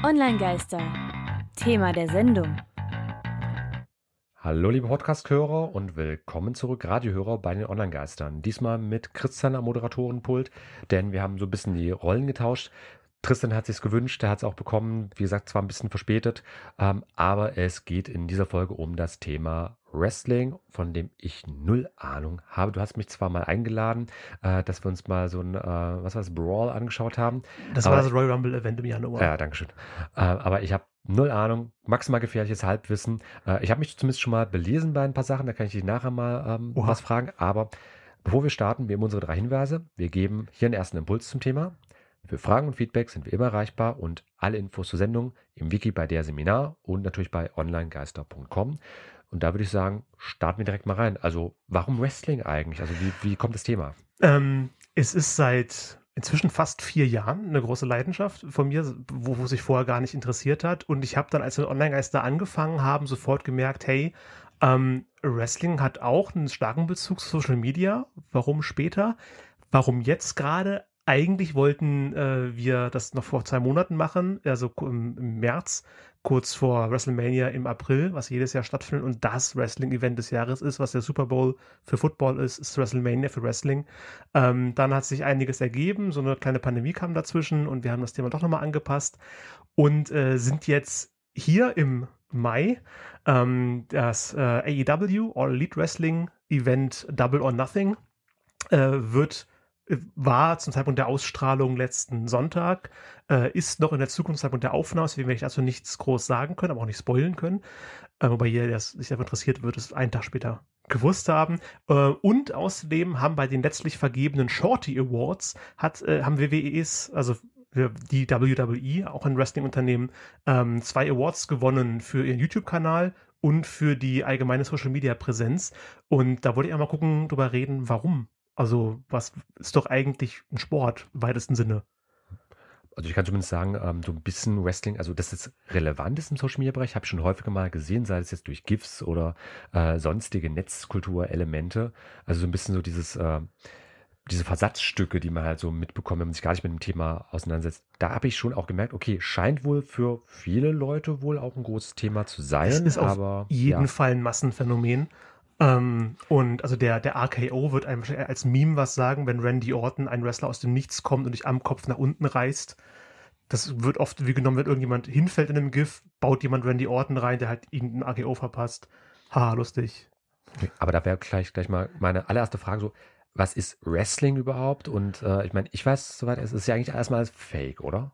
Online-Geister. Thema der Sendung. Hallo liebe Podcast-Hörer und willkommen zurück Radiohörer bei den Online-Geistern. Diesmal mit Christian am Moderatorenpult, denn wir haben so ein bisschen die Rollen getauscht. Tristan hat sich's gewünscht, der hat es auch bekommen, wie gesagt, zwar ein bisschen verspätet, aber es geht in dieser Folge um das Thema Wrestling, von dem ich null Ahnung habe. Du hast mich zwar mal eingeladen, dass wir uns mal so ein, Brawl angeschaut haben. Das war das Royal Rumble Event im Januar. Ja, danke schön. Aber ich habe null Ahnung, maximal gefährliches Halbwissen. Ich habe mich zumindest schon mal belesen bei ein paar Sachen, da kann ich dich nachher mal was fragen. Aber bevor wir starten, wir haben unsere 3 Hinweise. Wir geben hier einen ersten Impuls zum Thema. Für Fragen und Feedback sind wir immer erreichbar und alle Infos zur Sendung im Wiki bei der Seminar und natürlich bei onlinegeister.com. Und da würde ich sagen, starten wir direkt mal rein. Also warum Wrestling eigentlich? Also wie kommt das Thema? Es ist seit inzwischen fast 4 Jahren eine große Leidenschaft von mir, wo sich vorher gar nicht interessiert hat. Und ich habe dann, als wir Online-Geister angefangen haben, sofort gemerkt, hey, Wrestling hat auch einen starken Bezug zu Social Media. Warum später? Warum jetzt gerade? Eigentlich wollten wir das noch vor 2 Monaten machen, also im März, kurz vor WrestleMania im April, was jedes Jahr stattfindet und das Wrestling-Event des Jahres ist, was der Super Bowl für Football ist WrestleMania für Wrestling. Dann hat sich einiges ergeben, so eine kleine Pandemie kam dazwischen und wir haben das Thema doch nochmal angepasst und sind jetzt hier im Mai das AEW, All Elite Wrestling Event Double or Nothing war zum Zeitpunkt der Ausstrahlung letzten Sonntag, ist noch in der Zukunft zum Zeitpunkt der Aufnahme, deswegen werde ich dazu nichts groß sagen können, aber auch nicht spoilen können. Wobei jeder, der sich dafür interessiert, wird es einen Tag später gewusst haben. Und außerdem haben bei den letztlich vergebenen Shorty Awards haben WWEs, also die WWE, auch ein Wrestling-Unternehmen, 2 Awards gewonnen für ihren YouTube-Kanal und für die allgemeine Social-Media-Präsenz. Und da wollte ich einmal gucken, drüber reden, warum. Also, was ist doch eigentlich ein Sport im weitesten Sinne? Also ich kann zumindest sagen, so ein bisschen Wrestling, also dass das relevant ist im Social-Media-Bereich, habe ich schon häufiger mal gesehen, sei es jetzt durch GIFs oder sonstige Netzkulturelemente. Also so ein bisschen so diese Versatzstücke, die man halt so mitbekommt, wenn man sich gar nicht mit dem Thema auseinandersetzt. Da habe ich schon auch gemerkt, okay, scheint wohl für viele Leute wohl auch ein großes Thema zu sein. Es ist auf jeden Fall ein Massenphänomen. Und also der RKO wird einem als Meme was sagen, wenn Randy Orton, ein Wrestler aus dem Nichts kommt und dich am Kopf nach unten reißt. Das wird oft wie genommen, wenn irgendjemand hinfällt in einem GIF, baut jemand Randy Orton rein, der halt irgendeinen RKO verpasst. Haha, lustig. Aber da wäre gleich mal meine allererste Frage so, was ist Wrestling überhaupt? Und ich meine, ich weiß soweit, es ist ja eigentlich erstmal Fake, oder?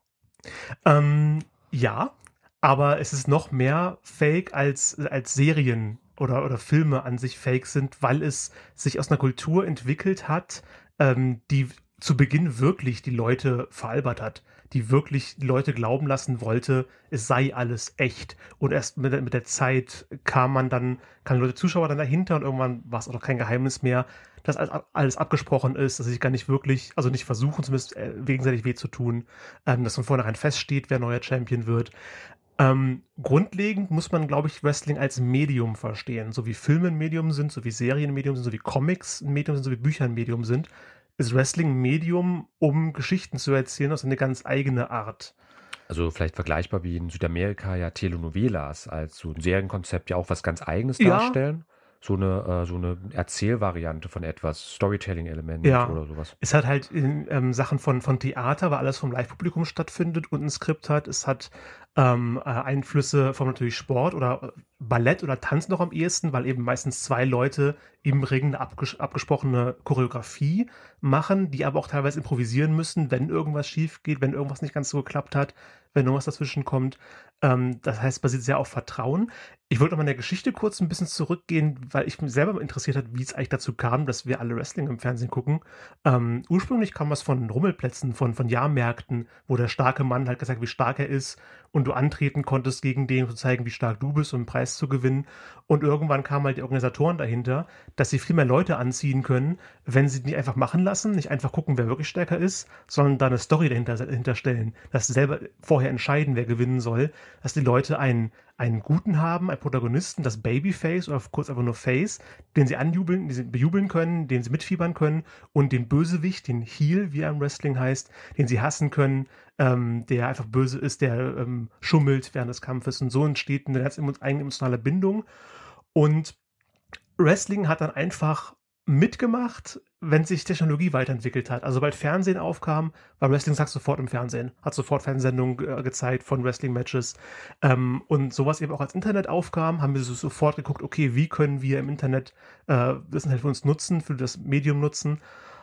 Ja, aber es ist noch mehr Fake als Serien oder Filme an sich fake sind, weil es sich aus einer Kultur entwickelt hat, die zu Beginn wirklich die Leute veralbert hat, die wirklich die Leute glauben lassen wollte, es sei alles echt. Und erst mit der Zeit kamen Leute, Zuschauer dann dahinter und irgendwann war es auch kein Geheimnis mehr, dass alles abgesprochen ist, dass sie sich gar nicht wirklich, also nicht versuchen, zumindest gegenseitig weh zu tun, dass von vornherein feststeht, wer neuer Champion wird. Grundlegend muss man, glaube ich, Wrestling als Medium verstehen. So wie Filme ein Medium sind, so wie Serien ein Medium sind, so wie Comics ein Medium sind, so wie Bücher ein Medium sind, ist Wrestling ein Medium, um Geschichten zu erzählen, aus einer ganz eigene Art. Also vielleicht vergleichbar wie in Südamerika ja Telenovelas als so ein Serienkonzept ja auch was ganz Eigenes darstellen. So eine Erzählvariante von etwas, Storytelling-Element oder sowas. Es hat halt in Sachen von Theater, weil alles vom Live-Publikum stattfindet und ein Skript hat. Es hat Einflüsse von natürlich Sport oder Ballett oder Tanz noch am ehesten, weil eben meistens 2 Leute im Ring eine abgesprochene Choreografie machen, die aber auch teilweise improvisieren müssen, wenn irgendwas schief geht, wenn irgendwas nicht ganz so geklappt hat, wenn irgendwas dazwischen kommt. Das heißt, basiert sehr auf Vertrauen. Ich wollte noch mal in der Geschichte kurz ein bisschen zurückgehen, weil ich mich selber interessiert hat, wie es eigentlich dazu kam, dass wir alle Wrestling im Fernsehen gucken. Ursprünglich kam was von Rummelplätzen, von Jahrmärkten, wo der starke Mann halt gesagt, wie stark er ist und du antreten konntest gegen den, um zu zeigen, wie stark du bist, um einen Preis zu gewinnen. Und irgendwann kamen halt die Organisatoren dahinter, dass sie viel mehr Leute anziehen können, wenn sie nicht einfach machen lassen, nicht einfach gucken, wer wirklich stärker ist, sondern da eine Story dahinter stellen, dass sie selber vorher entscheiden, wer gewinnen soll, dass die Leute einen Guten haben, einen Protagonisten, das Babyface oder kurz einfach nur Face, den sie anjubeln, den sie bejubeln können, den sie mitfiebern können und den Bösewicht, den Heel, wie er im Wrestling heißt, den sie hassen können, der einfach böse ist, der schummelt während des Kampfes. Und so entsteht eine ganz eigene emotionale Bindung. Und Wrestling hat dann einfach mitgemacht, wenn sich Technologie weiterentwickelt hat. Also sobald Fernsehen aufkam, war Wrestling sofort im Fernsehen. Hat sofort Fernsehsendungen gezeigt von Wrestling-Matches. Und sowas eben auch als Internet aufkam, haben wir sofort geguckt, okay, wie können wir im Internet das Internet für uns nutzen, für das Medium nutzen.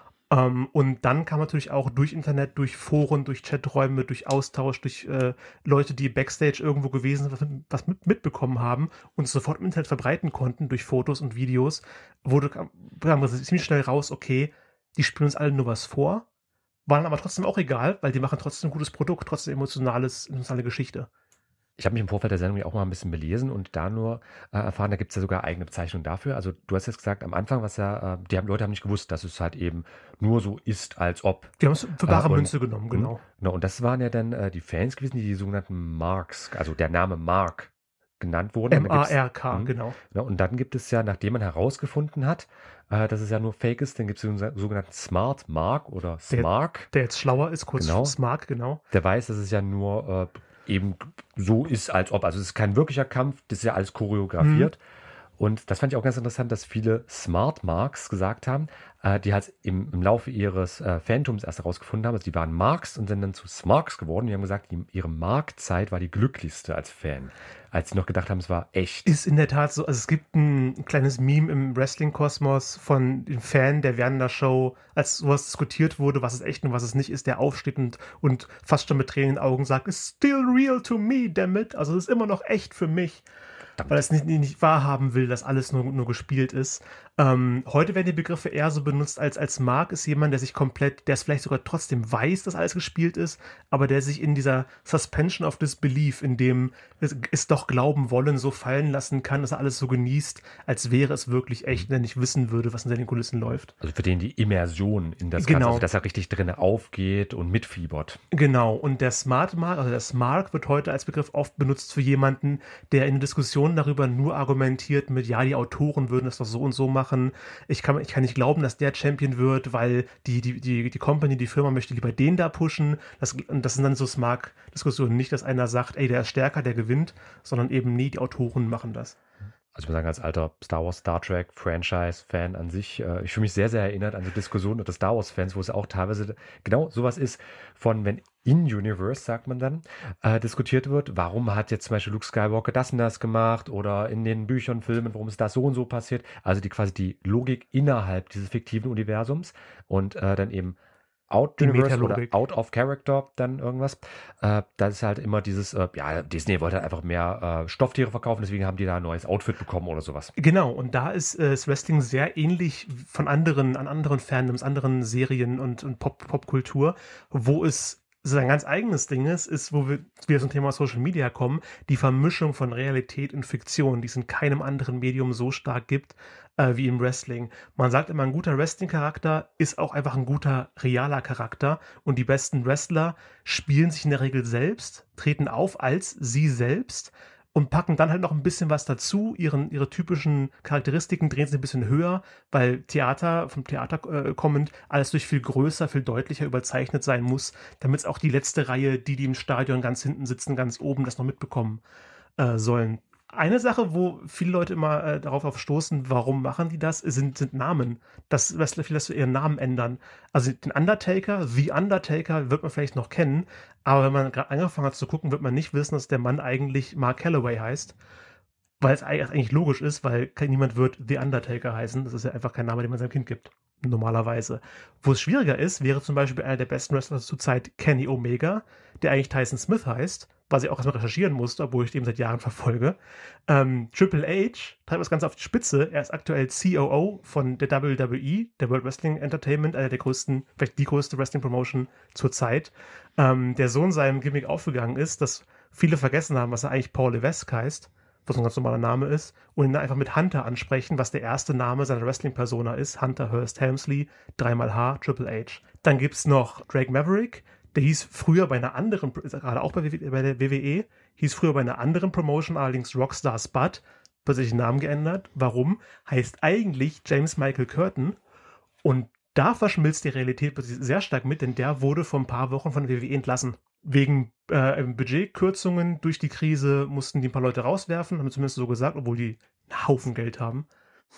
Und dann kam natürlich auch durch Internet, durch Foren, durch Chaträume, durch Austausch, durch Leute, die Backstage irgendwo gewesen sind, was mitbekommen haben und es sofort im Internet verbreiten konnten durch Fotos und Videos, kam ziemlich schnell raus, okay, die spielen uns allen nur was vor, war dann aber trotzdem auch egal, weil die machen trotzdem ein gutes Produkt, trotzdem emotionale Geschichte. Ich habe mich im Vorfeld der Sendung ja auch mal ein bisschen belesen und da nur erfahren, da gibt es ja sogar eigene Bezeichnungen dafür. Also du hast jetzt gesagt, am Anfang, Leute haben nicht gewusst, dass es halt eben nur so ist, als ob. Die haben es für bare Münze genommen, genau. Genau, und das waren ja dann die Fans gewesen, die sogenannten Marks, also der Name Mark genannt wurden. M-A-R-K, genau. Und dann gibt es ja, nachdem man herausgefunden hat, dass es ja nur Fake ist, dann gibt es den sogenannten Smart Mark oder Smark. Der jetzt schlauer ist, kurz Smark, genau. Der weiß, dass es ja nur eben so ist, als ob. Also es ist kein wirklicher Kampf, das ist ja alles choreografiert. Und das fand ich auch ganz interessant, dass viele Smart Marks gesagt haben, die halt im Laufe ihres Phantoms erst herausgefunden haben, also die waren Marks und sind dann zu Smarks geworden. Die haben gesagt, ihre Mark-Zeit war die glücklichste als Fan, als sie noch gedacht haben, es war echt. Ist in der Tat so. Also es gibt ein kleines Meme im Wrestling-Kosmos von dem Fan, der während der Show, als sowas diskutiert wurde, was ist echt und was es nicht ist, der aufsteht und fast schon mit Tränen in den Augen sagt, it's still real to me, damn it. Also es ist immer noch echt für mich. Weil es nicht wahrhaben will, dass alles nur gespielt ist. Heute werden die Begriffe eher so benutzt als Mark ist jemand, der es vielleicht sogar trotzdem weiß, dass alles gespielt ist, aber der sich in dieser Suspension of Disbelief, in dem es doch glauben wollen, so fallen lassen kann, dass er alles so genießt, als wäre es wirklich echt, wenn er nicht wissen würde, was in seinen Kulissen läuft. Also für den die Immersion in das Ganze, also dass er richtig drin aufgeht und mitfiebert. Genau, und der Smart Mark, also der Smark, wird heute als Begriff oft benutzt für jemanden, der in der Diskussion darüber nur argumentiert mit, ja, die Autoren würden das doch so und so machen. Ich kann nicht glauben, dass der Champion wird, weil die Company, die Firma möchte lieber den da pushen. Das sind dann so Smart-Diskussionen. Nicht, dass einer sagt, ey, der ist stärker, der gewinnt, sondern eben nie, die Autoren machen das. Also ich muss sagen, als alter Star Wars, Star Trek Franchise-Fan an sich, ich fühle mich sehr, sehr erinnert an die Diskussion unter Star Wars-Fans, wo es auch teilweise genau sowas ist, von wenn in-Universe, sagt man dann, diskutiert wird, warum hat jetzt zum Beispiel Luke Skywalker das und das gemacht oder in den Büchern, Filmen, warum ist das so und so passiert. Also quasi die Logik innerhalb dieses fiktiven Universums und dann eben Out-Universe oder Out-of-Character dann irgendwas. Das ist halt immer dieses, Disney wollte halt einfach mehr Stofftiere verkaufen, deswegen haben die da ein neues Outfit bekommen oder sowas. Genau, und da ist das Wrestling sehr ähnlich an anderen Fandoms, anderen Serien und Popkultur, wo es sein ganz eigenes Ding ist, wo wir wieder zum Thema Social Media kommen, die Vermischung von Realität und Fiktion, die es in keinem anderen Medium so stark gibt wie im Wrestling. Man sagt immer, ein guter Wrestling-Charakter ist auch einfach ein guter, realer Charakter und die besten Wrestler spielen sich in der Regel selbst, treten auf als sie selbst und packen dann halt noch ein bisschen was dazu, ihre typischen Charakteristiken drehen sie ein bisschen höher, weil vom Theater kommend alles durch viel größer, viel deutlicher überzeichnet sein muss, damit es auch die letzte Reihe, die im Stadion ganz hinten sitzen, ganz oben, das noch mitbekommen sollen. Eine Sache, wo viele Leute immer darauf stoßen, warum machen die das, sind Namen. Dass Wrestler vielleicht ihren Namen ändern. Also den Undertaker, The Undertaker, wird man vielleicht noch kennen, aber wenn man gerade angefangen hat zu gucken, wird man nicht wissen, dass der Mann eigentlich Mark Calloway heißt. Weil es eigentlich logisch ist, weil niemand wird The Undertaker heißen. Das ist ja einfach kein Name, den man seinem Kind gibt. Normalerweise. Wo es schwieriger ist, wäre zum Beispiel einer der besten Wrestler zur Zeit Kenny Omega, der eigentlich Tyson Smith heißt, was ich auch erstmal recherchieren musste, obwohl ich den seit Jahren verfolge. Triple H treibt das Ganze auf die Spitze. Er ist aktuell COO von der WWE, der World Wrestling Entertainment, einer der größten, vielleicht die größte Wrestling-Promotion zur Zeit. Der so in seinem Gimmick aufgegangen ist, dass viele vergessen haben, was er eigentlich Paul Levesque heißt, was ein ganz normaler Name ist, und ihn einfach mit Hunter ansprechen, was der erste Name seiner Wrestling-Persona ist. Hunter Hearst Helmsley, 3x Triple H. Dann gibt es noch Drake Maverick, der hieß früher bei einer anderen, gerade auch bei der WWE, hieß früher bei einer anderen Promotion, allerdings Rockstar Spud, wird sich den Namen geändert. Warum? Heißt eigentlich James Michael Curtin, und da verschmilzt die Realität sehr stark mit, denn der wurde vor ein paar Wochen von der WWE entlassen. wegen Budgetkürzungen durch die Krise mussten die ein paar Leute rauswerfen, haben zumindest so gesagt, obwohl die einen Haufen Geld haben.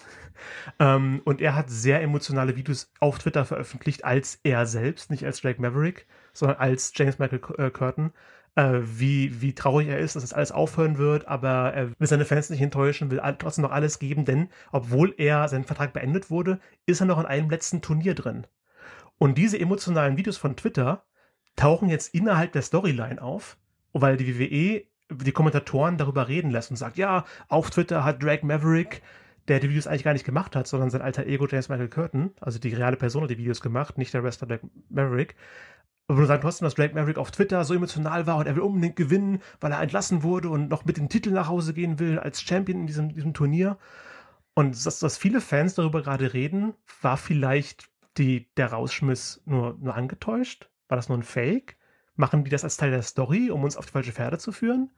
Und er hat sehr emotionale Videos auf Twitter veröffentlicht, als er selbst, nicht als Drake Maverick, sondern als James Michael Curtin, wie traurig er ist, dass das alles aufhören wird, aber er will seine Fans nicht enttäuschen, will trotzdem noch alles geben, denn obwohl sein Vertrag beendet wurde, ist er noch in einem letzten Turnier drin. Und diese emotionalen Videos von Twitter tauchen jetzt innerhalb der Storyline auf, weil die WWE die Kommentatoren darüber reden lässt und sagt, ja, auf Twitter hat Drake Maverick, der die Videos eigentlich gar nicht gemacht hat, sondern sein alter Ego James Michael Curtin, also die reale Person hat die Videos gemacht, nicht der Wrestler Drake Maverick. Aber du sagst trotzdem, dass Drake Maverick auf Twitter so emotional war und er will unbedingt gewinnen, weil er entlassen wurde und noch mit dem Titel nach Hause gehen will als Champion in diesem Turnier. Und dass viele Fans darüber gerade reden, war vielleicht der Rausschmiss nur angetäuscht? War das nur ein Fake? Machen die das als Teil der Story, um uns auf die falsche Pferde zu führen?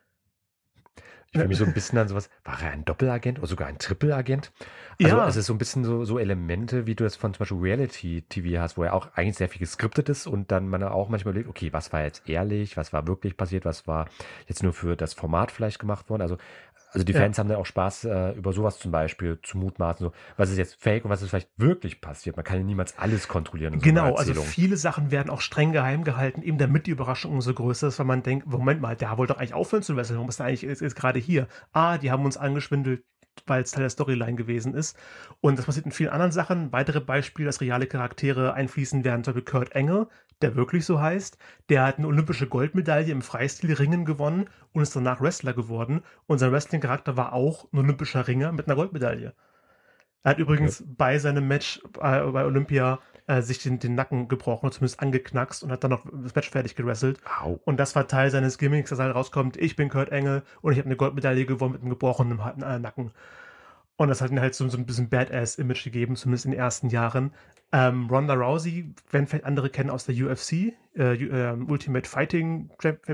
Ich fühle mich so ein bisschen an sowas, war er ein Doppelagent oder sogar ein Trippelagent? Also es ist so ein bisschen so Elemente, wie du das von zum Beispiel Reality-TV hast, wo ja auch eigentlich sehr viel geskriptet ist und dann man auch manchmal überlegt, okay, was war jetzt ehrlich, was war wirklich passiert, was war jetzt nur für das Format vielleicht gemacht worden? Also die Fans haben dann auch Spaß, über sowas zum Beispiel zu mutmaßen, so, was ist jetzt fake und was ist vielleicht wirklich passiert. Man kann ja niemals alles kontrollieren. In genau, so also viele Sachen werden auch streng geheim gehalten, eben damit die Überraschung umso größer ist, weil man denkt, Moment mal, der wollte doch eigentlich aufhören zu wresteln, warum ist der eigentlich jetzt gerade hier? Die haben uns angeschwindelt, weil es Teil der Storyline gewesen ist. Und das passiert in vielen anderen Sachen. Weitere Beispiele, dass reale Charaktere einfließen werden, zum Beispiel Kurt Angle, der wirklich so heißt. Der hat eine olympische Goldmedaille im Freistilringen gewonnen und ist danach Wrestler geworden. Und sein Wrestling-Charakter war auch ein olympischer Ringer mit einer Goldmedaille. Er hat übrigens bei seinem Match bei Olympia sich den Nacken gebrochen, oder zumindest angeknackst und hat dann noch das Match fertig gewrestelt. Au. Und das war Teil seines Gimmicks, dass halt rauskommt, ich bin Kurt Angle und ich habe eine Goldmedaille gewonnen mit einem gebrochenen Nacken. Und das hat ihn halt so ein bisschen Badass-Image gegeben, zumindest in den ersten Jahren. Ronda Rousey, wenn vielleicht andere kennen aus der UFC, Ultimate Fighting,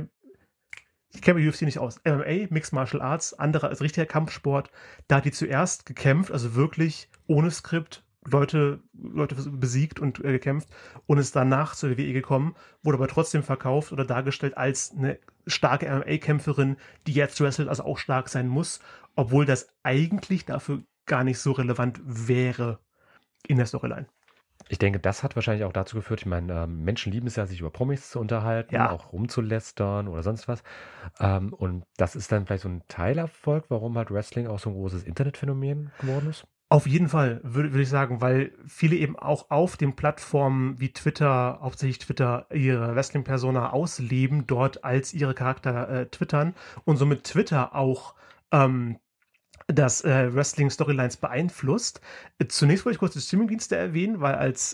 ich kenne UFC nicht aus, MMA, Mixed Martial Arts, anderer als richtiger Kampfsport, da hat die zuerst gekämpft, also wirklich ohne Skript, Leute besiegt und gekämpft und ist danach zur WWE gekommen, wurde aber trotzdem verkauft oder dargestellt als eine starke MMA-Kämpferin, die jetzt wrestelt, also auch stark sein muss, obwohl das eigentlich dafür gar nicht so relevant wäre in der Storyline. Ich denke, das hat wahrscheinlich auch dazu geführt, ich meine, Menschen lieben es ja, sich über Promis zu unterhalten, auch rumzulästern oder sonst was. Und das ist dann vielleicht so ein Teilerfolg, warum halt Wrestling auch so ein großes Internetphänomen geworden ist? Auf jeden Fall, würde ich sagen, weil viele eben auch auf den Plattformen wie Twitter, hauptsächlich Twitter, ihre Wrestling-Persona ausleben, dort als ihre Charakter twittern und somit Twitter auch das Wrestling-Storylines beeinflusst. Zunächst wollte ich kurz die Streaming-Dienste erwähnen, weil als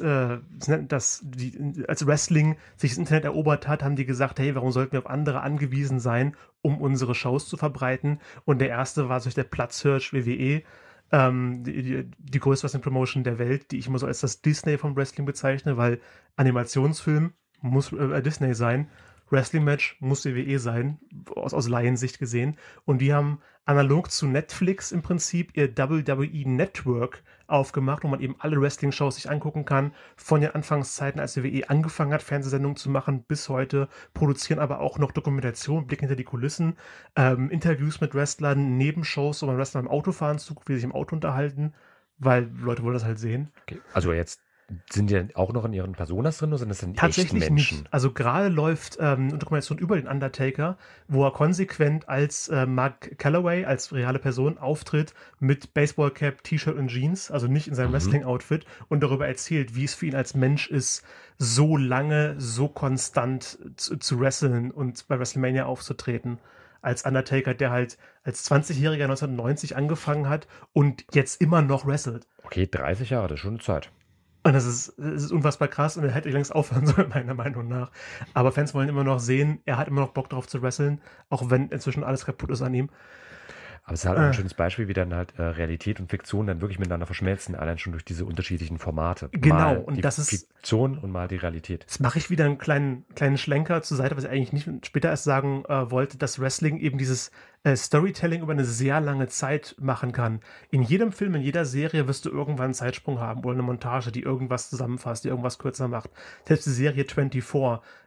Wrestling sich das Internet erobert hat, haben die gesagt, hey, warum sollten wir auf andere angewiesen sein, um unsere Shows zu verbreiten? Und der erste war durch der Platzhirsch WWE, die größte Wrestling-Promotion der Welt, die ich immer so als das Disney vom Wrestling bezeichne, weil Animationsfilm muss Disney sein, Wrestling-Match muss WWE sein, aus Laiensicht gesehen. Und die haben analog zu Netflix im Prinzip ihr WWE Network aufgemacht, wo man eben alle Wrestling-Shows sich angucken kann. Von den Anfangszeiten, als WWE angefangen hat, Fernsehsendungen zu machen, bis heute, produzieren aber auch noch Dokumentation, Blick hinter die Kulissen, Interviews mit Wrestlern, Nebenshows, wo man Wrestler im Auto fahren zuguckt, wie sie sich im Auto unterhalten, weil Leute wollen das halt sehen. Okay. Also jetzt sind die dann auch noch in ihren Personas drin oder sind das dann tatsächlich echten Menschen? Nicht. Also gerade läuft eine Dokumentation über den Undertaker, wo er konsequent als Mark Calloway, als reale Person auftritt mit Baseballcap, T-Shirt und Jeans, also nicht in seinem Wrestling-Outfit und darüber erzählt, wie es für ihn als Mensch ist, so lange, so konstant zu wresteln und bei WrestleMania aufzutreten. Als Undertaker, der halt als 20-Jähriger 1990 angefangen hat und jetzt immer noch wrestelt. Okay, 30 Jahre, das ist schon eine Zeit. Und das ist unfassbar krass und er hätte längst aufhören sollen, meiner Meinung nach. Aber Fans wollen immer noch sehen, er hat immer noch Bock drauf zu wresteln, auch wenn inzwischen alles kaputt ist an ihm. Aber es ist halt auch ein schönes Beispiel, wie dann halt Realität und Fiktion dann wirklich miteinander verschmelzen, allein schon durch diese unterschiedlichen Formate. Genau, mal und die das ist Fiktion und mal die Realität. Jetzt mache ich wieder einen kleinen Schlenker zur Seite, was ich eigentlich nicht später erst sagen wollte, dass Wrestling eben dieses Storytelling über eine sehr lange Zeit machen kann. In jedem Film, in jeder Serie wirst du irgendwann einen Zeitsprung haben oder eine Montage, die irgendwas zusammenfasst, die irgendwas kürzer macht. Selbst die Serie 24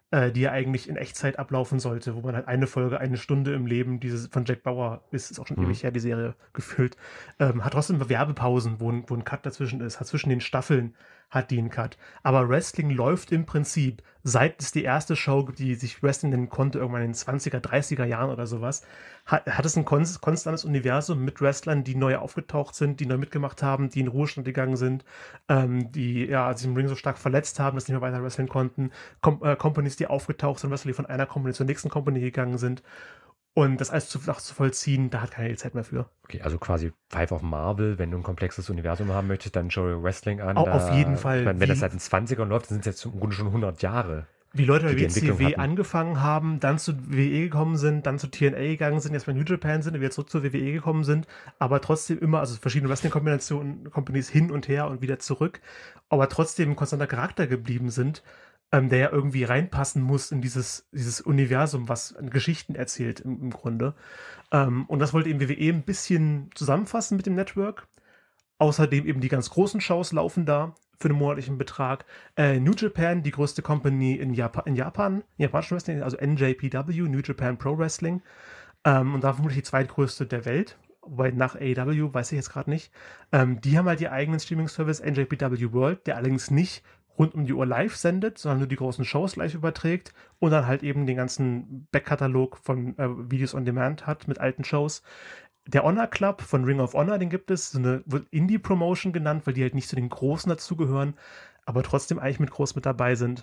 die ja eigentlich in Echtzeit ablaufen sollte, wo man halt eine Folge, eine Stunde im Leben von Jack Bauer ist auch schon ewig her, die Serie gefühlt, hat trotzdem Werbepausen, wo ein Cut dazwischen ist, hat zwischen den Staffeln hat die einen Cut. Aber Wrestling läuft im Prinzip, seit es die erste Show gibt, die sich Wrestling nennen konnte, irgendwann in den 20er, 30er Jahren oder sowas, hat es ein konstantes Universum mit Wrestlern, die neu aufgetaucht sind, die neu mitgemacht haben, die in Ruhestand gegangen sind, die sich im Ring so stark verletzt haben, dass sie nicht mehr weiter wresteln konnten, Companies, die aufgetaucht sind, Wrestler, die von einer Company zur nächsten Company gegangen sind. Und das alles zu vollziehen, da hat keine Zeit mehr für. Okay, also quasi Five of Marvel, wenn du ein komplexes Universum haben möchtest, dann schau Wrestling an. Auf jeden Fall. Ich meine, wenn das seit den 20ern läuft, dann sind es jetzt im Grunde schon 100 Jahre. Wie Leute bei WCW angefangen haben, dann zu WWE gekommen sind, dann zu TNA gegangen sind, jetzt bei New Japan sind, wieder zurück zur WWE gekommen sind, aber trotzdem immer, also verschiedene Wrestling-Kombinationen, Companies hin und her und wieder zurück, aber trotzdem ein konstanter Charakter geblieben sind, der ja irgendwie reinpassen muss in dieses Universum, was Geschichten erzählt im Grunde. Und das wollte eben WWE ein bisschen zusammenfassen mit dem Network. Außerdem eben die ganz großen Shows laufen da für einen monatlichen Betrag. New Japan, die größte Company in Japan, japanischen Wrestling, also NJPW, New Japan Pro Wrestling. Und da vermutlich die zweitgrößte der Welt. Wobei nach AEW, weiß ich jetzt gerade nicht. Die haben halt ihr eigenen Streaming-Service NJPW World, der allerdings nicht rund um die Uhr live sendet, sondern nur die großen Shows live überträgt und dann halt eben den ganzen Backkatalog von Videos on Demand hat mit alten Shows. Der Honor Club von Ring of Honor, den gibt es, so eine Indie-Promotion genannt, weil die halt nicht zu den Großen dazugehören, aber trotzdem eigentlich groß mit dabei sind.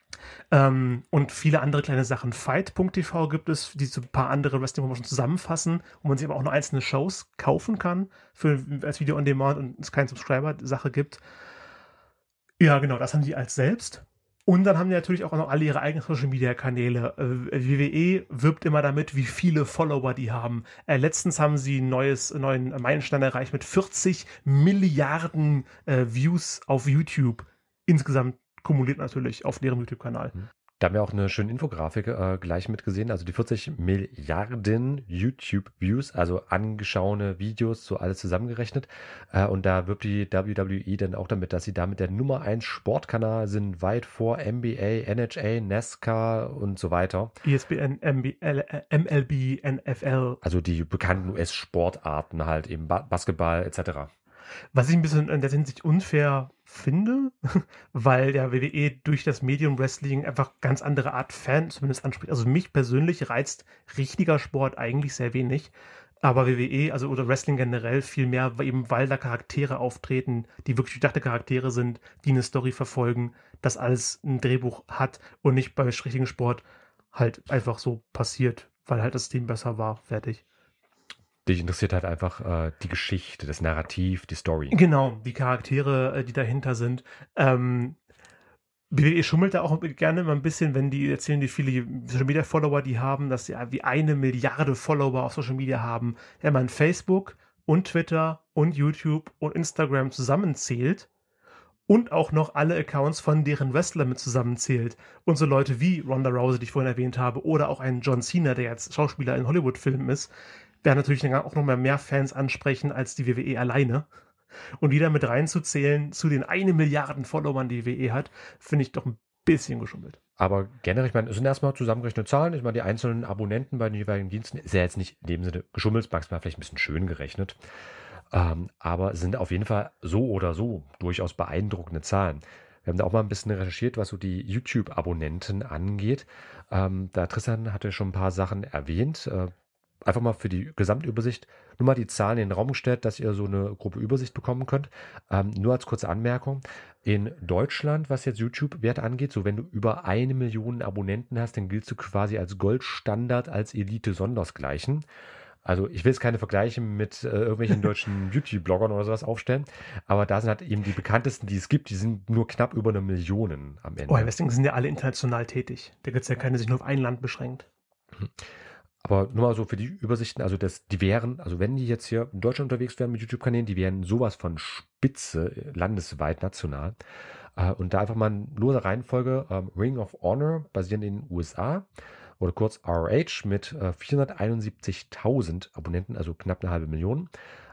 Und viele andere kleine Sachen. Fight.tv gibt es, die so ein paar andere Wrestling-Promotions zusammenfassen, wo man sich aber auch nur einzelne Shows kaufen kann, als Video on Demand und es keine Subscriber-Sache gibt. Ja, genau, das haben die als selbst. Und dann haben die natürlich auch noch alle ihre eigenen Social-Media-Kanäle. WWE wirbt immer damit, wie viele Follower die haben. Letztens haben sie einen neuen Meilenstein erreicht mit 40 Milliarden Views auf YouTube. Insgesamt kumuliert natürlich auf deren YouTube-Kanal. Da haben wir auch eine schöne Infografik gleich mitgesehen. Also die 40 Milliarden YouTube-Views, also angeschaute Videos, so alles zusammengerechnet. Und da wirbt die WWE dann auch damit, dass sie damit der Nummer 1 Sportkanal sind, weit vor NBA, NHL, NASCAR und so weiter. ESPN, MLB, NFL. Also die bekannten US-Sportarten halt, eben Basketball etc. Was ich ein bisschen in der Hinsicht unfair finde, weil der WWE durch das Medium Wrestling einfach ganz andere Art Fan zumindest anspricht. Also mich persönlich reizt richtiger Sport eigentlich sehr wenig, aber WWE, also oder Wrestling generell viel mehr, eben weil da Charaktere auftreten, die wirklich durchdachte Charaktere sind, die eine Story verfolgen, das alles ein Drehbuch hat und nicht bei richtigen Sport halt einfach so passiert, weil halt das Team besser war, fertig. Dich interessiert halt einfach die Geschichte, das Narrativ, die Story. Genau, die Charaktere, die dahinter sind. WWE schummelt da auch gerne immer ein bisschen, wenn die erzählen, wie viele Social-Media-Follower die haben, dass sie wie 1 Milliarde Follower auf Social Media haben. Wenn man Facebook und Twitter und YouTube und Instagram zusammenzählt und auch noch alle Accounts von deren Wrestler mit zusammenzählt und so Leute wie Ronda Rousey, die ich vorhin erwähnt habe, oder auch einen John Cena, der jetzt Schauspieler in Hollywood-Filmen ist, werden natürlich dann auch noch mehr Fans ansprechen als die WWE alleine. Und die da mit reinzuzählen zu den 1 Milliarden Followern, die WWE hat, finde ich doch ein bisschen geschummelt. Aber generell, ich meine, es sind erstmal zusammengerechnete Zahlen. Ich meine, die einzelnen Abonnenten bei den jeweiligen Diensten ist ja jetzt nicht in dem Sinne geschummelt, maximal vielleicht ein bisschen schön gerechnet. Aber es sind auf jeden Fall so oder so durchaus beeindruckende Zahlen. Wir haben da auch mal ein bisschen recherchiert, was so die YouTube-Abonnenten angeht. Da Tristan hatte schon ein paar Sachen erwähnt. Einfach mal für die Gesamtübersicht nur mal die Zahlen in den Raum gestellt, dass ihr so eine grobe Übersicht bekommen könnt. Nur als kurze Anmerkung, in Deutschland, was jetzt YouTube-Werte angeht, so wenn du über 1 Million Abonnenten hast, dann giltst du quasi als Goldstandard, als Elite sondersgleichen. Also ich will jetzt keine Vergleiche mit irgendwelchen deutschen Beauty-Bloggern oder sowas aufstellen, aber da sind halt eben die bekanntesten, die es gibt, die sind nur knapp über 1 Million am Ende. Oh, deswegen sind ja alle international tätig. Da gibt es ja keine, die sich nur auf ein Land beschränkt. Aber nur mal so für die Übersichten, also die wären, also wenn die jetzt hier in Deutschland unterwegs wären mit YouTube-Kanälen, die wären sowas von Spitze, landesweit, national. Und da einfach mal in loser Reihenfolge Ring of Honor basierend in den USA oder kurz ROH mit 471.000 Abonnenten, also knapp 1,5 Million.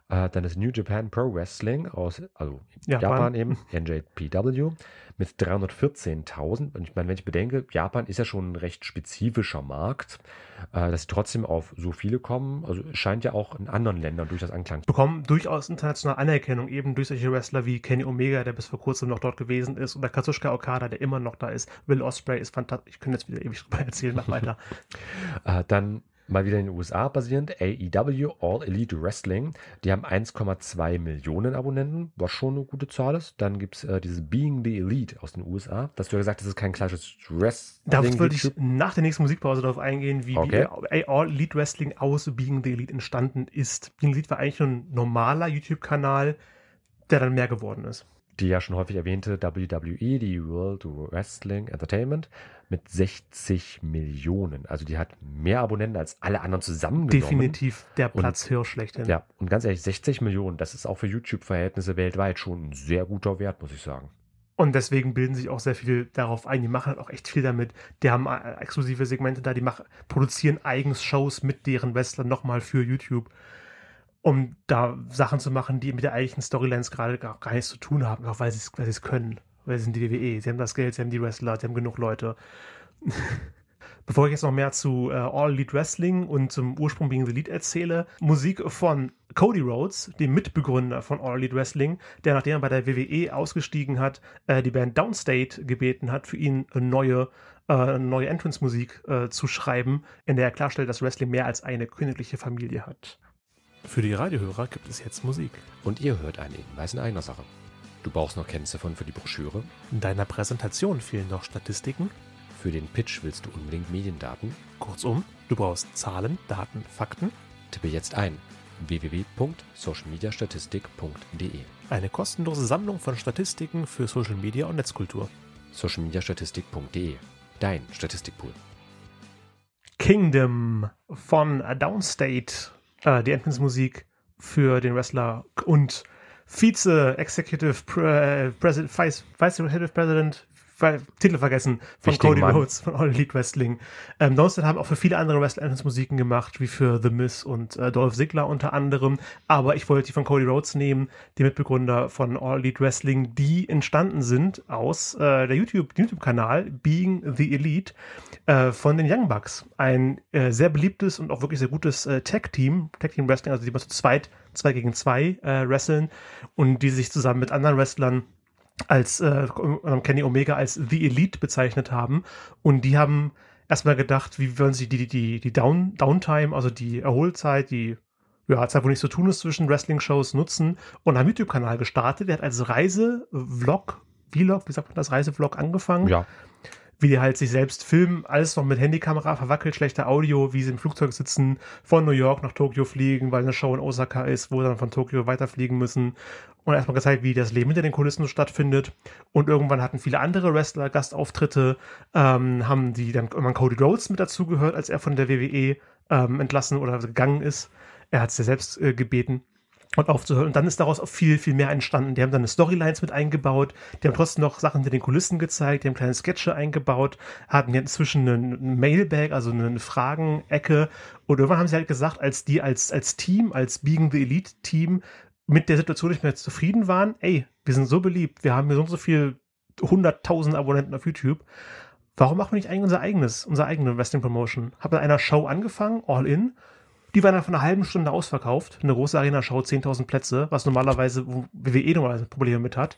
Dann ist New Japan Pro Wrestling aus Japan eben, NJPW, mit 314.000. Und ich meine, wenn ich bedenke, Japan ist ja schon ein recht spezifischer Markt, dass sie trotzdem auf so viele kommen. Also scheint ja auch in anderen Ländern durchaus Anklang zu bekommen durchaus internationale Anerkennung, eben durch solche Wrestler wie Kenny Omega, der bis vor kurzem noch dort gewesen ist, oder Kazuchika Okada, der immer noch da ist. Will Ospreay ist fantastisch. Ich könnte jetzt wieder ewig drüber erzählen, mach weiter. Dann mal wieder in den USA basierend, AEW, All Elite Wrestling. Die haben 1,2 Millionen Abonnenten, was schon eine gute Zahl ist. Dann gibt es dieses Being the Elite aus den USA. Das hast du ja gesagt, das ist kein klassisches Wrestling. Da würde ich nach der nächsten Musikpause darauf eingehen, wie All Elite Wrestling aus Being the Elite entstanden ist. Being the Elite war eigentlich nur ein normaler YouTube-Kanal, der dann mehr geworden ist. Die ja schon häufig erwähnte WWE, die World Wrestling Entertainment, mit 60 Millionen. Also die hat mehr Abonnenten als alle anderen zusammengenommen. Definitiv der Platzhirsch schlechthin. Ja, und ganz ehrlich, 60 Millionen, das ist auch für YouTube-Verhältnisse weltweit schon ein sehr guter Wert, muss ich sagen. Und deswegen bilden sich auch sehr viel darauf ein. Die machen halt auch echt viel damit. Die haben exklusive Segmente da, die produzieren eigens Shows mit deren Wrestlern nochmal für YouTube, um da Sachen zu machen, die mit der eigentlichen Storylines gerade gar nichts zu tun haben, auch weil sie es können. Weil sie sind die WWE, sie haben das Geld, sie haben die Wrestler, sie haben genug Leute. Bevor ich jetzt noch mehr zu All Elite Wrestling und zum Ursprung Being the Elite erzähle, Musik von Cody Rhodes, dem Mitbegründer von All Elite Wrestling, der, nachdem er bei der WWE ausgestiegen hat, die Band Downstate gebeten hat, für ihn neue Entrance-Musik zu schreiben, in der er klarstellt, dass Wrestling mehr als eine königliche Familie hat. Für die Radiohörer gibt es jetzt Musik. Und ihr hört einen Hinweis in eigener Sache. Du brauchst noch Kennziffern für die Broschüre. In deiner Präsentation fehlen noch Statistiken. Für den Pitch willst du unbedingt Mediendaten. Kurzum, du brauchst Zahlen, Daten, Fakten. Tippe jetzt ein: www.socialmediastatistik.de. Eine kostenlose Sammlung von Statistiken für Social Media und Netzkultur. Socialmediastatistik.de. Dein Statistikpool. Kingdom von Downstate. Die Entrance-Musik für den Wrestler und Vice-Executive President, Titel vergessen, von Cody Rhodes, von All Elite Wrestling. Downstate haben auch für viele andere Wrestling-Musiken gemacht, wie für The Miz und Dolph Ziggler unter anderem. Aber ich wollte die von Cody Rhodes nehmen, die Mitbegründer von All Elite Wrestling, die entstanden sind aus der YouTube-Kanal Being the Elite von den Young Bucks. Ein sehr beliebtes und auch wirklich sehr gutes Tag-Team-Wrestling, also die man zu zweit, 2 gegen 2 wresteln und die sich zusammen mit anderen Wrestlern als Kenny Omega als The Elite bezeichnet haben. Und die haben erstmal gedacht, wie wollen sie die Downtime, also die Erholzeit, die Zeit, wo nichts zu tun ist zwischen Wrestling-Shows nutzen, und haben einen YouTube-Kanal gestartet. Der hat als Reisevlog, wie sagt man das, Reisevlog angefangen. Ja. Wie die halt sich selbst filmen, alles noch mit Handykamera, verwackelt, schlechter Audio, wie sie im Flugzeug sitzen, von New York nach Tokio fliegen, weil eine Show in Osaka ist, wo sie dann von Tokio weiterfliegen müssen. Und erstmal gezeigt, wie das Leben hinter den Kulissen so stattfindet. Und irgendwann hatten viele andere Wrestler Gastauftritte, haben die dann irgendwann Cody Rhodes mit dazugehört, als er von der WWE entlassen oder gegangen ist. Er hat es ja selbst gebeten, und aufzuhören. Und dann ist daraus auch viel, viel mehr entstanden. Die haben dann eine Storylines mit eingebaut, die haben trotzdem noch Sachen hinter den Kulissen gezeigt, die haben kleine Sketche eingebaut, hatten jetzt inzwischen eine Mailbag, also eine Fragen-Ecke. Und irgendwann haben sie halt gesagt, als die als Team, als Being the Elite Team mit der Situation nicht mehr zufrieden waren, ey, wir sind so beliebt, wir haben hier so viel 100.000 Abonnenten auf YouTube, warum machen wir nicht eigentlich unsere eigene Wrestling-Promotion? Hab dann einer Show angefangen, All In. Die waren dann von einer halben Stunde ausverkauft. Eine große Arena-Show, 10.000 Plätze, was normalerweise, wo WWE normalerweise Probleme mit hat.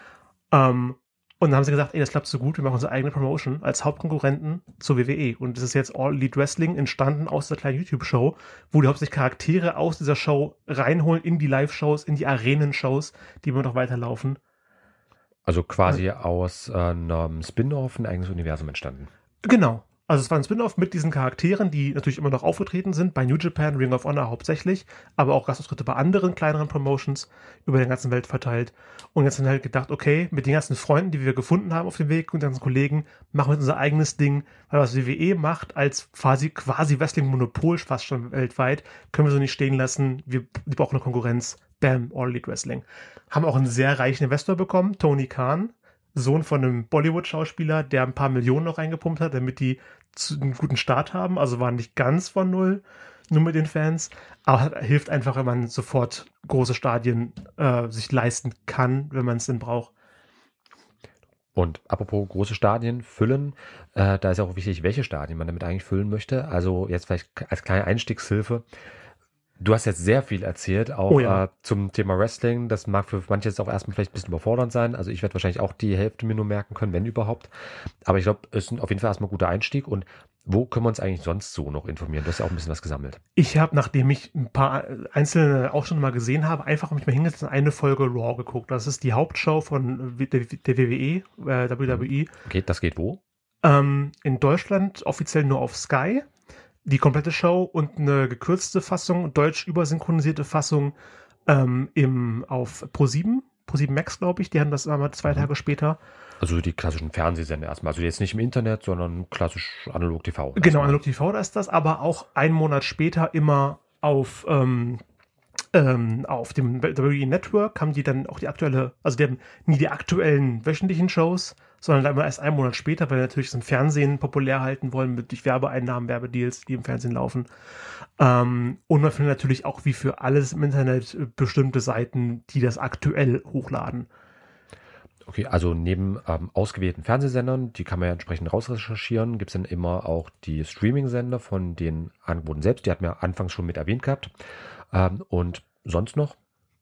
Und dann haben sie gesagt, ey, das klappt so gut, wir machen unsere eigene Promotion als Hauptkonkurrenten zur WWE. Und das ist jetzt All Elite Wrestling, entstanden aus dieser kleinen YouTube-Show, wo die hauptsächlich Charaktere aus dieser Show reinholen in die Live-Shows, in die Arenen-Shows, die immer noch weiterlaufen. Also quasi aus einem Spin-off ein eigenes Universum entstanden. Genau. Also es war ein Spin-off mit diesen Charakteren, die natürlich immer noch aufgetreten sind, bei New Japan, Ring of Honor hauptsächlich, aber auch Gastauftritte bei anderen kleineren Promotions über der ganzen Welt verteilt. Und jetzt haben wir halt gedacht, okay, mit den ganzen Freunden, die wir gefunden haben auf dem Weg und den ganzen Kollegen, machen wir unser eigenes Ding, weil was WWE macht als quasi Wrestling-Monopol fast schon weltweit, können wir so nicht stehen lassen. Wir brauchen eine Konkurrenz. Bam, All Elite Wrestling. Haben auch einen sehr reichen Investor bekommen, Tony Khan, Sohn von einem Bollywood-Schauspieler, der ein paar Millionen noch reingepumpt hat, damit die einen guten Start haben. Also waren nicht ganz von null. nur mit den Fans, aber hilft einfach, wenn man sofort große Stadien sich leisten kann, wenn man es denn braucht. Und apropos große Stadien füllen, da ist auch wichtig, welche Stadien man damit eigentlich füllen möchte. Also jetzt vielleicht als kleine Einstiegshilfe. Du hast jetzt sehr viel erzählt, auch zum Thema Wrestling. Das mag für manche jetzt auch erstmal vielleicht ein bisschen überfordernd sein. Also ich werde wahrscheinlich auch die Hälfte mir nur merken können, wenn überhaupt. Aber ich glaube, es ist auf jeden Fall erstmal ein guter Einstieg. Und wo können wir uns eigentlich sonst so noch informieren? Du hast ja auch ein bisschen was gesammelt. Ich habe, nachdem ich ein paar einzelne auch schon mal gesehen habe, einfach mich mal hingesetzt und eine Folge Raw geguckt. Das ist die Hauptshow von der WWE, WWE. Okay, das geht wo? In Deutschland offiziell nur auf Sky. Die komplette Show und eine gekürzte Fassung, deutsch übersynchronisierte Fassung auf Pro7 Max, glaube ich. Die haben das einmal 2 Tage später. Also die klassischen Fernsehsender erstmal. Also jetzt nicht im Internet, sondern klassisch Analog TV. Genau, Analog TV, da ist das. Aber auch einen Monat später immer auf dem WWE Network haben die dann auch die haben nie die aktuellen wöchentlichen Shows, sondern dann immer erst einen Monat später, weil wir natürlich das im Fernsehen populär halten wollen, durch Werbeeinnahmen, Werbedeals, die im Fernsehen laufen. Und man findet natürlich auch wie für alles im Internet bestimmte Seiten, die das aktuell hochladen. Okay, also neben ausgewählten Fernsehsendern, die kann man ja entsprechend rausrecherchieren, gibt es dann immer auch die Streaming-Sender von den Angeboten selbst. Die hatten wir anfangs schon mit erwähnt gehabt. Und sonst noch?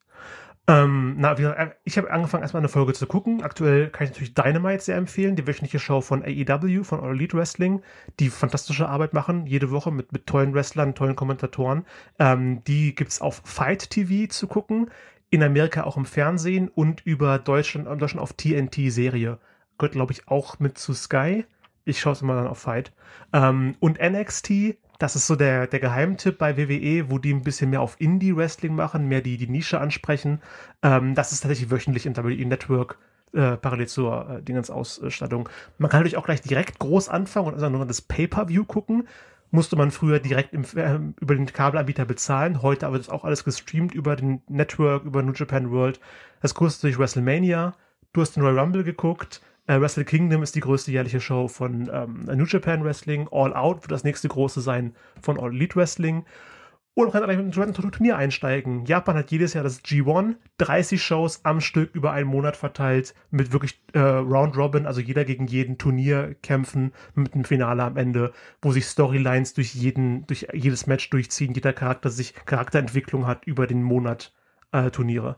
Ich habe angefangen, erstmal eine Folge zu gucken. Aktuell kann ich natürlich Dynamite sehr empfehlen, die wöchentliche Show von AEW, von All Elite Wrestling, die fantastische Arbeit machen, jede Woche mit tollen Wrestlern, tollen Kommentatoren. Die gibt es auf Fight TV zu gucken, in Amerika auch im Fernsehen und über Deutschland auf TNT-Serie. Gehört, glaube ich, auch mit zu Sky. Ich schaue es immer dann auf Fight. Und NXT, das ist so der Geheimtipp bei WWE, wo die ein bisschen mehr auf Indie-Wrestling machen, mehr die Nische ansprechen. Das ist tatsächlich wöchentlich im WWE Network, parallel zur Dingensausstattung. Man kann natürlich auch gleich direkt groß anfangen und also nur das Pay-Per-View gucken. Musste man früher direkt über den Kabelanbieter bezahlen. Heute aber ist auch alles gestreamt über den Network, über New Japan World. Das größte durch WrestleMania. Du hast den Royal Rumble geguckt. Wrestle Kingdom ist die größte jährliche Show von New Japan Wrestling. All Out wird das nächste große sein von All Elite Wrestling. Und man kann gleich mit einem Turnier einsteigen. Japan hat jedes Jahr das G1, 30 Shows am Stück über einen Monat verteilt, mit wirklich Round Robin, also jeder gegen jeden Turnier kämpfen, mit einem Finale am Ende, wo sich Storylines durch jedes Match durchziehen, jeder Charakter sich Charakterentwicklung hat über den Monat Turniere.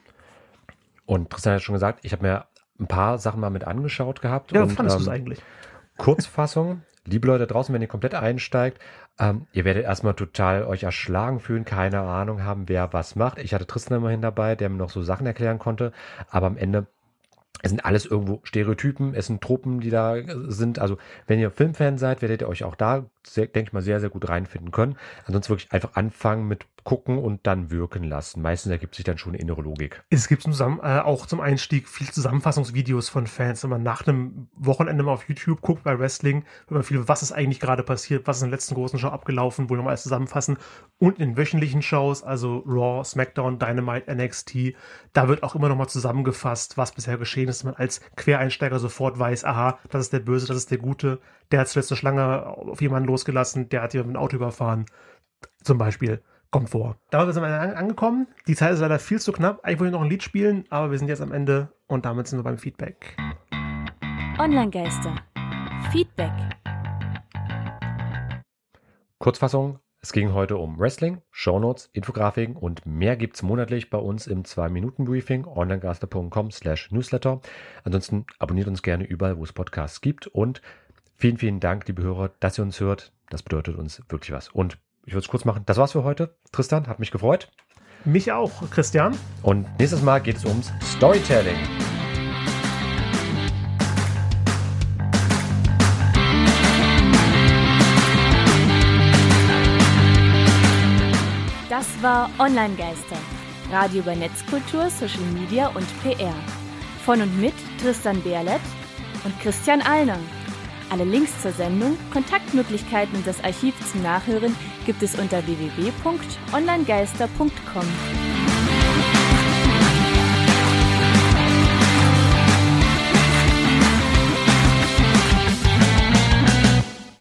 Und Tristan hat schon gesagt, ich habe mir ein paar Sachen mal mit angeschaut gehabt. Ja, fandest du es eigentlich? Kurzfassung, liebe Leute draußen, wenn ihr komplett einsteigt, ihr werdet erstmal total euch erschlagen fühlen, keine Ahnung haben, wer was macht. Ich hatte Tristan immerhin dabei, der mir noch so Sachen erklären konnte, aber am Ende, es sind alles irgendwo Stereotypen, es sind Tropen, die da sind. Also wenn ihr Filmfan seid, werdet ihr euch auch da, denke ich mal, sehr, sehr gut reinfinden können. Ansonsten wirklich einfach anfangen mit gucken und dann wirken lassen. Meistens ergibt sich dann schon eine innere Logik. Es gibt auch zum Einstieg viel Zusammenfassungsvideos von Fans. Wenn man nach einem Wochenende mal auf YouTube guckt bei Wrestling, hört man viel, was ist eigentlich gerade passiert, was ist in der letzten großen Show abgelaufen, wo wir nochmal alles zusammenfassen. Und in wöchentlichen Shows, also Raw, SmackDown, Dynamite, NXT, da wird auch immer nochmal zusammengefasst, was bisher geschehen ist, dass man als Quereinsteiger sofort weiß, aha, das ist der Böse, das ist der Gute, der hat zuletzt eine Schlange auf jemanden losgelassen, der hat jemanden mit dem Auto überfahren, zum Beispiel. Kommt vor. Da sind wir angekommen. Die Zeit ist leider viel zu knapp. Eigentlich wollte ich noch ein Lied spielen, aber wir sind jetzt am Ende und damit sind wir beim Feedback. Online-Geister. Feedback. Kurzfassung, es ging heute um Wrestling, Shownotes, Infografiken und mehr gibt's monatlich bei uns im 2-Minuten-Briefing onlinegeister.com/newsletter. Ansonsten abonniert uns gerne überall, wo es Podcasts gibt und vielen, vielen Dank, liebe Hörer, dass ihr uns hört. Das bedeutet uns wirklich was. Und ich würde es kurz machen. Das war's für heute. Tristan, hat mich gefreut. Mich auch, Christian. Und nächstes Mal geht es ums Storytelling. Das war Online-Geister. Radio über Netzkultur, Social Media und PR. Von und mit Tristan Berlet und Christian Allner. Alle Links zur Sendung, Kontaktmöglichkeiten und das Archiv zum Nachhören gibt es unter www.onlinegeister.com.